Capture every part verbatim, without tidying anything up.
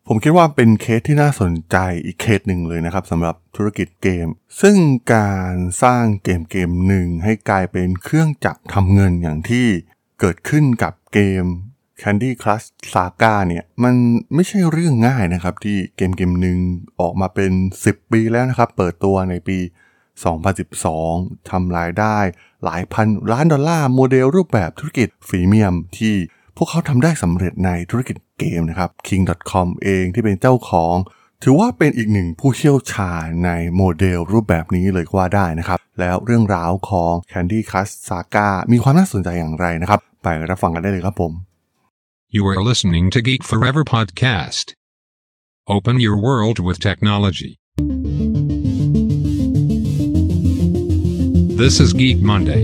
ผมคิดว่าเป็นเคสที่น่าสนใจอีกเคสหนึ่งเลยนะครับสำหรับธุรกิจเกมซึ่งการสร้างเกมเกมหนึ่งให้กลายเป็นเครื่องจักรทำเงินอย่างที่เกิดขึ้นกับเกม Candy Crush Saga เนี่ยมันไม่ใช่เรื่องง่ายนะครับที่เกมเกมหนึ่งออกมาเป็นสิบปีแล้วนะครับเปิดตัวในปีสองพันสิบสองทำรายได้หลายพันล้านดอลลาร์โมเดลรูปแบบธุรกิจฟรีเมียมที่พวกเขาทำได้สำเร็จในธุรกิจเกมนะครับ คิง ดอท คอม เองที่เป็นเจ้าของถือว่าเป็นอีกหนึ่งผู้เชี่ยวชาญในโมเดลรูปแบบนี้เลยก็ว่าได้นะครับแล้วเรื่องราวของ Candy Crush Saga มีความน่าสนใจอย่างไรนะครับไปรับฟังกันได้เลยครับผม You are listening to Geek Forever Podcast. Open your world with technology. This is Geek Monday.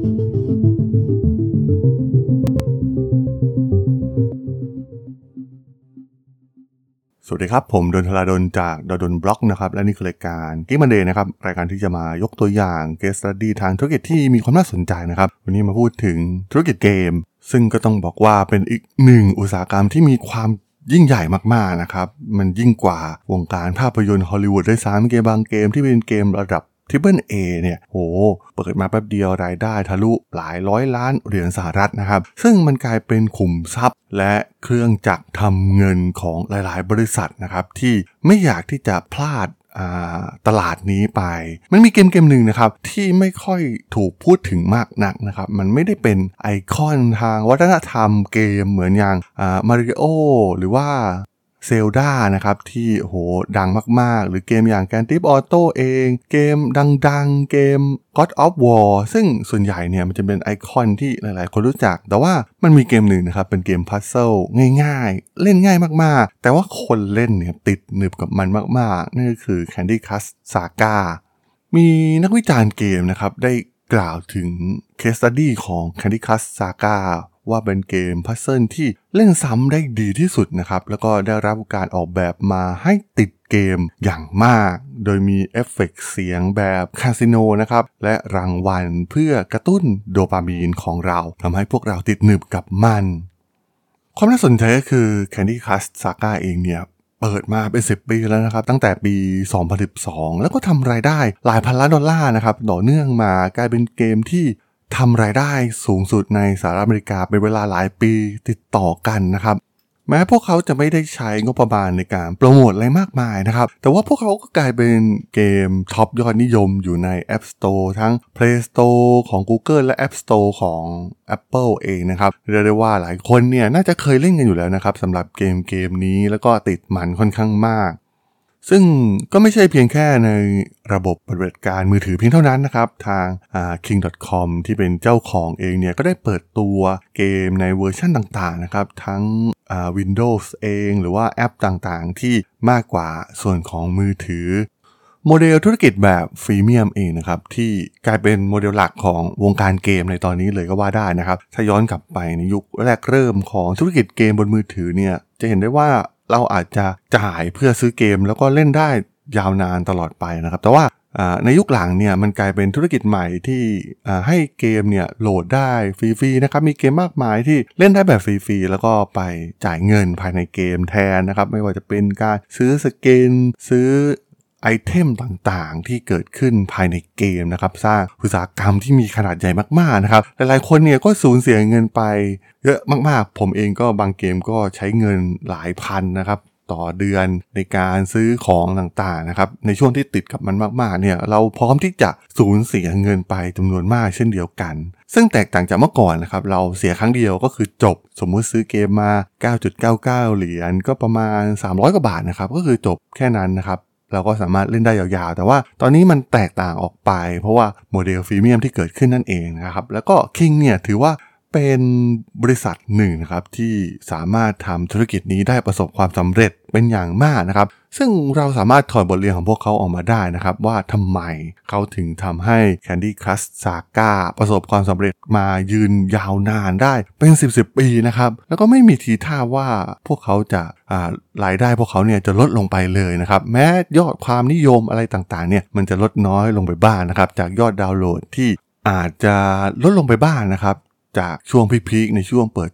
สวัสดีครับผมดนทราดลจากดนบล็อกนะครับและนี่คือรายการ Geek Monday นะครับรายการที่จะมายกตัวอย่าง Case Study ทางธุรกิจที่มีความน่าสนใจนะครับวันนี้มาพูดถึงธุรกิจเกมซึ่งก็ต้องบอกว่าเป็นอีกหนึ่งอุตสาหกรรมที่มีความยิ่งใหญ่มากๆนะครับมันยิ่งกว่าวงการภาพยนตร์ฮอลลีวูดด้วยซ้ำเกมบางเกมที่เป็นเกมระดับTriple A เนี่ยโหเปิดมาแป๊บเดียวรายได้ทะลุหลายร้อยล้านเหรียญสหรัฐนะครับซึ่งมันกลายเป็นขุมทรัพย์และเครื่องจักรทำเงินของหลายๆบริษัทนะครับที่ไม่อยากที่จะพลาดตลาดนี้ไปมันมีเกมเกมหนึ่งนะครับที่ไม่ค่อยถูกพูดถึงมากนักนะครับมันไม่ได้เป็นไอคอนทางวัฒนธรรมเกมเหมือนอย่างมาริโอหรือว่าเซลดานะครับที่โหดังมากๆหรือเกมอย่าง Grand Theft Auto เองเกมดังๆเกม God of War ซึ่งส่วนใหญ่เนี่ยมันจะเป็นไอคอนที่หลายๆคนรู้จักแต่ว่ามันมีเกมหนึ่งนะครับเป็นเกมพัซเซิลง่ายๆเล่นง่ายมากๆแต่ว่าคนเล่นเนี่ยติดหนึบกับมันมากๆนั่นก็คือ Candy Crush Saga มีนักวิจารณ์เกมนะครับได้กล่าวถึง Case Study ของ Candy Crush Sagaว่าเป็นเกมพัซเซิลที่เล่นซ้ำได้ดีที่สุดนะครับแล้วก็ได้รับการออกแบบมาให้ติดเกมอย่างมากโดยมีเอฟเฟกต์เสียงแบบคาสิโนนะครับและรางวัลเพื่อกระตุ้นโดปามีนของเราทำให้พวกเราติดหนึบกับมันความน่าสนใจก็คือ Candy Crush Saga เองเนี่ยเปิดมาเป็นสิบปีแล้วนะครับตั้งแต่ปีสองพันสิบสองแล้วก็ทำรายได้หลายพันล้านดอลลาร์นะครับต่อเนื่องมากลายเป็นเกมที่ทำรายได้สูงสุดในสหรัฐอเมริกาเป็นเวลาหลายปีติดต่อกันนะครับแม้พวกเขาจะไม่ได้ใช้งบประมาณในการโปรโมทอะไรมากมายนะครับแต่ว่าพวกเขาก็กลายเป็นเกมท็อปยอดนิยมอยู่ใน App Store ทั้ง Play Store ของ Google และ App Store ของ Apple เองนะครับเรียกได้ว่าหลายคนเนี่ยน่าจะเคยเล่นกันอยู่แล้วนะครับสำหรับเกมเกมนี้แล้วก็ติดมันค่อนข้างมากซึ่งก็ไม่ใช่เพียงแค่ในระบบปฏิบัติการมือถือเพียงเท่านั้นนะครับทาง คิง ดอท คอม ที่เป็นเจ้าของเองเนี่ยก็ได้เปิดตัวเกมในเวอร์ชันต่างๆนะครับทั้ง Windows เองหรือว่าแอปต่างๆที่มากกว่าส่วนของมือถือโมเดลธุรกิจแบบฟรีเมียมเองนะครับที่กลายเป็นโมเดลหลักของวงการเกมในตอนนี้เลยก็ว่าได้นะครับถ้าย้อนกลับไปในยุคแรกเริ่มของธุรกิจเกมบนมือถือเนี่ยจะเห็นได้ว่าเราอาจจะจ่ายเพื่อซื้อเกมแล้วก็เล่นได้ยาวนานตลอดไปนะครับแต่ว่าในยุคหลังเนี่ยมันกลายเป็นธุรกิจใหม่ที่ให้เกมเนี่ยโหลดได้ฟรีๆนะครับมีเกมมากมายที่เล่นได้แบบฟรีๆแล้วก็ไปจ่ายเงินภายในเกมแทนนะครับไม่ว่าจะเป็นการซื้อสกินซื้อไอเทมต่างๆที่เกิดขึ้นภายในเกมนะครับสร้างอุตสาหกรรมที่มีขนาดใหญ่มากๆนะครับหลายๆคนเนี่ยก็สูญเสียเงินไปเยอะมากๆผมเองก็บางเกมก็ใช้เงินหลายพันนะครับต่อเดือนในการซื้อของต่างๆนะครับในช่วงที่ติดกับมันมากๆเนี่ยเราพร้อมที่จะสูญเสียเงินไปจำนวนมากเช่นเดียวกันซึ่งแตกต่างจากเมื่อก่อนนะครับเราเสียครั้งเดียวก็คือจบสมมุติซื้อเกมมา เก้าจุดเก้าเก้า เหรียญก็ประมาณสามร้อยกว่าบาทนะครับก็คือจบแค่นั้นนะครับเราก็สามารถเล่นได้ยาวๆแต่ว่าตอนนี้มันแตกต่างออกไปเพราะว่าโมเดลฟรีเมียมที่เกิดขึ้นนั่นเองนะครับแล้วก็ King เนี่ยถือว่าเป็นบริษัทหนึ่งนะครับที่สามารถทำธุรกิจนี้ได้ประสบความสำเร็จเป็นอย่างมากนะครับซึ่งเราสามารถถอดบทเรียนของพวกเขาออกมาได้นะครับว่าทำไมเขาถึงทำให้ Candy Crush Saga ประสบความสำเร็จมายืนยาวนานได้เป็นสิบ สิบปีนะครับแล้วก็ไม่มีทีท่าว่าพวกเขาจะอ่ารายได้พวกเขาเนี่ยจะลดลงไปเลยนะครับแม้ยอดความนิยมอะไรต่างๆเนี่ยมันจะลดน้อยลงไปบ้าง น, นะครับจากยอดดาวน์โหลดที่อาจจะลดลงไปบ้าง น, นะครับจากช่วงพีคๆในช่วงเปิดตัว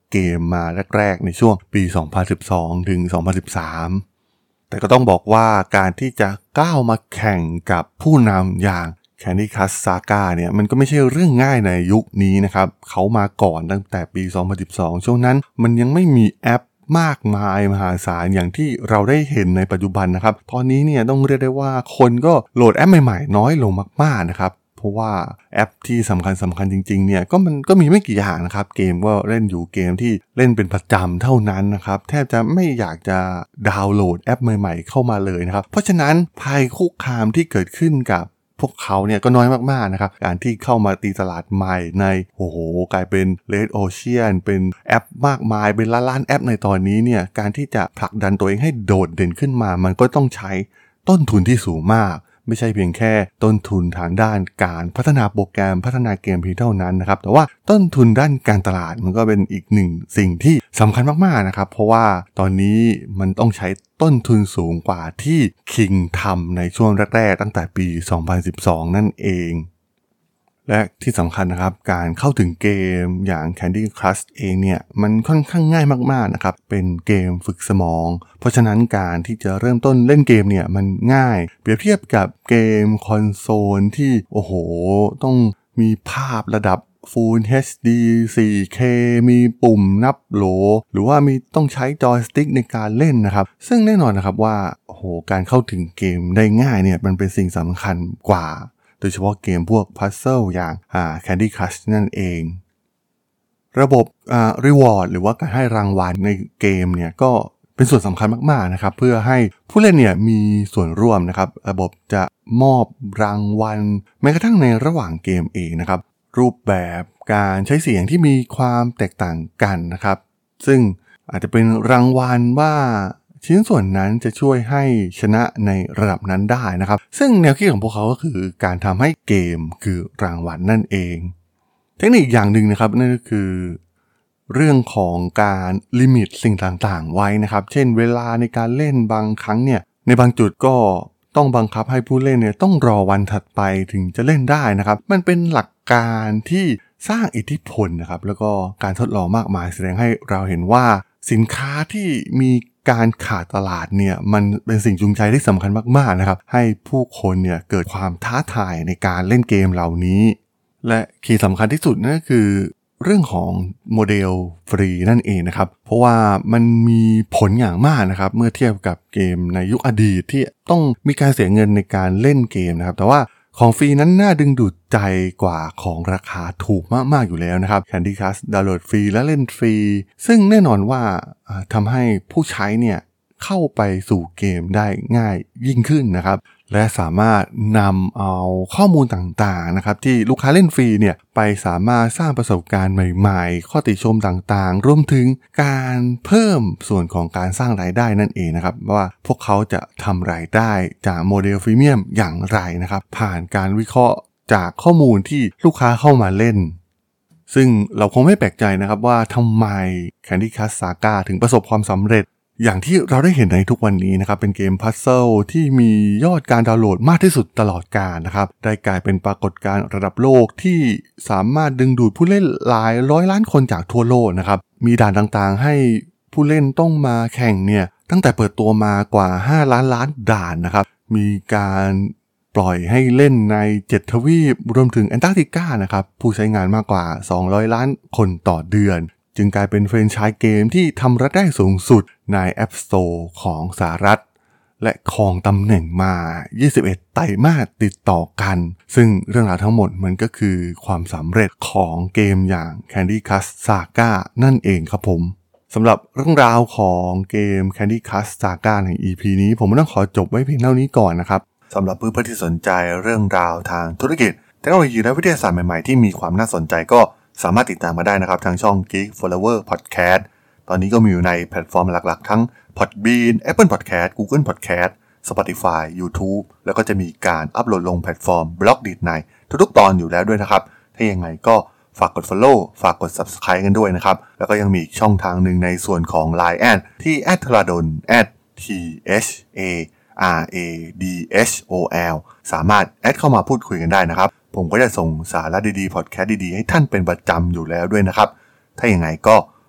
เกมมาแรกๆในช่วงปีสองพันสิบสองถึงสองพันสิบสามแต่ก็ต้องบอกว่าการที่จะก้าวมาแข่งกับผู้นำอย่าง Candy Crush Saga เนี่ยมันก็ไม่ใช่เรื่องง่ายในยุคนี้นะครับเขามาก่อนตั้งแต่ปีสองพันสิบสองช่วงนั้นมันยังไม่มีแอปมากมายมหาศาลอย่างที่เราได้เห็นในปัจจุบันนะครับตอนนี้เนี่ยต้องเรียกได้ว่าคนก็โหลดแอปใหม่ๆน้อยลงมากๆนะครับเพราะว่าแอปที่สำคัญสำคัญจริงๆเนี่ยก็มันก็มีไม่กี่อย่างนะครับเกมก็เล่นอยู่เกมที่เล่นเป็นประจำเท่านั้นนะครับแทบจะไม่อยากจะดาวน์โหลดแอปใหม่ๆเข้ามาเลยนะครับเพราะฉะนั้นภัยคุกคามที่เกิดขึ้นกับพวกเขาเนี่ยก็น้อยมากๆนะครับการที่เข้ามาตีตลาดใหม่ในโอ้โหกลายเป็น Red Ocean เป็นแอปมากมายเป็นล้านๆแอปในตอนนี้เนี่ยการที่จะผลักดันตัวเองให้โดดเด่นขึ้นมามันก็ต้องใช้ต้นทุนที่สูงมากไม่ใช่เพียงแค่ต้นทุนทางด้านการพัฒนาโปรแกรมพัฒนาเกมเพียงเท่านั้นนะครับแต่ว่าต้นทุนด้านการตลาดมันก็เป็นอีกหนึ่งสิ่งที่สำคัญมากๆนะครับเพราะว่าตอนนี้มันต้องใช้ต้นทุนสูงกว่าที่ King ทำในช่วงแรกๆตั้งแต่ปีสองพันสิบสองนั่นเองและที่สำคัญนะครับการเข้าถึงเกมอย่าง Candy Crush เองเนี่ยมันค่อนข้างง่ายมากๆนะครับเป็นเกมฝึกสมองเพราะฉะนั้นการที่จะเริ่มต้นเล่นเกมเนี่ยมันง่ายเปรียบเทียบกับเกมคอนโซลที่โอ้โหต้องมีภาพระดับ Full เอช ดี โฟร์เค มีปุ่มนับโหลหรือว่ามีต้องใช้จอยสติ๊กในการเล่นนะครับซึ่งแน่นอนนะครับว่าโอ้โหการเข้าถึงเกมได้ง่ายเนี่ยมันเป็นสิ่งสำคัญกว่าโดยเฉพาะเกมพวกพัซเซิลอย่างอ่า Candy Crush นั่นเองระบบอ่า reward หรือว่าการให้รางวัลในเกมเนี่ยก็เป็นส่วนสำคัญมากๆนะครับเพื่อให้ผู้เล่นเนี่ยมีส่วนร่วมนะครับระบบจะมอบรางวัลแม้กระทั่งในระหว่างเกมเองนะครับรูปแบบการใช้เสียงที่มีความแตกต่างกันนะครับซึ่งอาจจะเป็นรางวัลว่าชิ้นส่วนนั้นจะช่วยให้ชนะในระดับนั้นได้นะครับซึ่งแนวคิดของพวกเขาก็คือการทำให้เกมคือรางวัลนั่นเองเทคนิคอย่างหนึ่งนะครับนั่นก็คือเรื่องของการลิมิตสิ่งต่างๆไว้นะครับเช่นเวลาในการเล่นบางครั้งเนี่ยในบางจุดก็ต้องบังคับให้ผู้เล่นเนี่ยต้องรอวันถัดไปถึงจะเล่นได้นะครับมันเป็นหลักการที่สร้างอิทธิพลนะครับแล้วก็การทดลองมากมายแสดงให้เราเห็นว่าสินค้าที่มีการขาดตลาดเนี่ยมันเป็นสิ่งจูงใจที่สำคัญมากๆนะครับให้ผู้คนเนี่ยเกิดความท้าทายในการเล่นเกมเหล่านี้และคีย์สำคัญที่สุดนั่นก็คือเรื่องของโมเดลฟรีนั่นเองนะครับเพราะว่ามันมีผลอย่างมากนะครับเมื่อเทียบกับเกมในยุคอดีตที่ต้องมีการเสียเงินในการเล่นเกมนะครับแต่ว่าของฟรีนั้นน่าดึงดูดใจกว่าของราคาถูกมากๆอยู่แล้วนะครับ Candy Crush ดาวน์โหลดฟรีและเล่นฟรีซึ่งแน่นอนว่าทำให้ผู้ใช้เนี่ยเข้าไปสู่เกมได้ง่ายยิ่งขึ้นนะครับและสามารถนำเอาข้อมูลต่างๆนะครับที่ลูกค้าเล่นฟรีเนี่ยไปสามารถสร้างประสบการณ์ใหม่ๆข้อติชมต่างๆรวมถึงการเพิ่มส่วนของการสร้างรายได้นั่นเองนะครับว่าพวกเขาจะทำรายได้จากโมเดลฟรีเมียมอย่างไรนะครับผ่านการวิเคราะห์จากข้อมูลที่ลูกค้าเข้ามาเล่นซึ่งเราคงไม่แปลกใจนะครับว่าทำไม Candy Crush Saga ถึงประสบความสำเร็จอย่างที่เราได้เห็นในทุกวันนี้นะครับเป็นเกมพัซเซิลที่มียอดการดาวน์โหลดมากที่สุดตลอดกาลนะครับได้กลายเป็นปรากฏการณ์ระดับโลกที่สามารถดึงดูดผู้เล่นหลายร้อยล้านคนจากทั่วโลกนะครับมีด่านต่างๆให้ผู้เล่นต้องมาแข่งเนี่ยตั้งแต่เปิดตัวมากว่าห้าล้านล้านด่านนะครับมีการปล่อยให้เล่นในเจ็ดทวีปรวมถึงแอนตาร์กติกานะครับผู้ใช้งานมากกว่าสองร้อยล้านคนต่อเดือนจึงกลายเป็นแฟรนไชส์เกมที่ทำรายได้สูงสุดใน App Store ของสหรัฐและครองตำแหน่งมายี่สิบเอ็ดไตรมาสติดต่อกันซึ่งเรื่องราวทั้งหมดมันก็คือความสำเร็จของเกมอย่าง Candy Crush Saga นั่นเองครับผมสำหรับเรื่องราวของเกม Candy Crush Saga ใน อี พี นี้ผมต้องขอจบไว้เพียงเท่านี้ก่อนนะครับสำหรับเพื่อนๆที่สนใจเรื่องราวทางธุรกิจเทคโนโลยีและวิทยาศาสตร์ใหม่ๆที่มีความน่าสนใจก็สามารถติดตามมาได้นะครับทางช่อง Geek Forever Podcast ตอนนี้ก็มีอยู่ในแพลตฟอร์มหลักๆทั้ง Podbean, Apple Podcast, Google Podcast, Spotify, YouTube แล้วก็จะมีการอัปโหลดลงแพลตฟอร์ม Blogdit ในทุกๆตอนอยู่แล้วด้วยนะครับถ้ายังไงก็ฝากกด Follow ฝากกด Subscribe กันด้วยนะครับแล้วก็ยังมีอีกช่องทางหนึ่งในส่วนของ ไลน์ แอด ที่ แอท ธราดล แอท ที เอช เอ อาร์ เอ ดี เอช โอ แอล สามารถแอดเข้ามาพูดคุยกันได้นะครับผมก็จะส่งสาระดีๆพอดแคสต์ดีๆให้ท่านเป็นประจำอยู่แล้วด้วยนะครับถ้าอย่างไรก็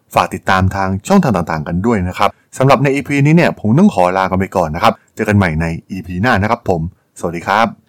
ฝากติดตามทางช่องทางต่างๆกันด้วยนะครับสำหรับใน อี พี นี้เนี่ยผมต้องขอลากันไปก่อนนะครับเจอกันใหม่ใน อี พี หน้านะครับผมสวัสดีครับ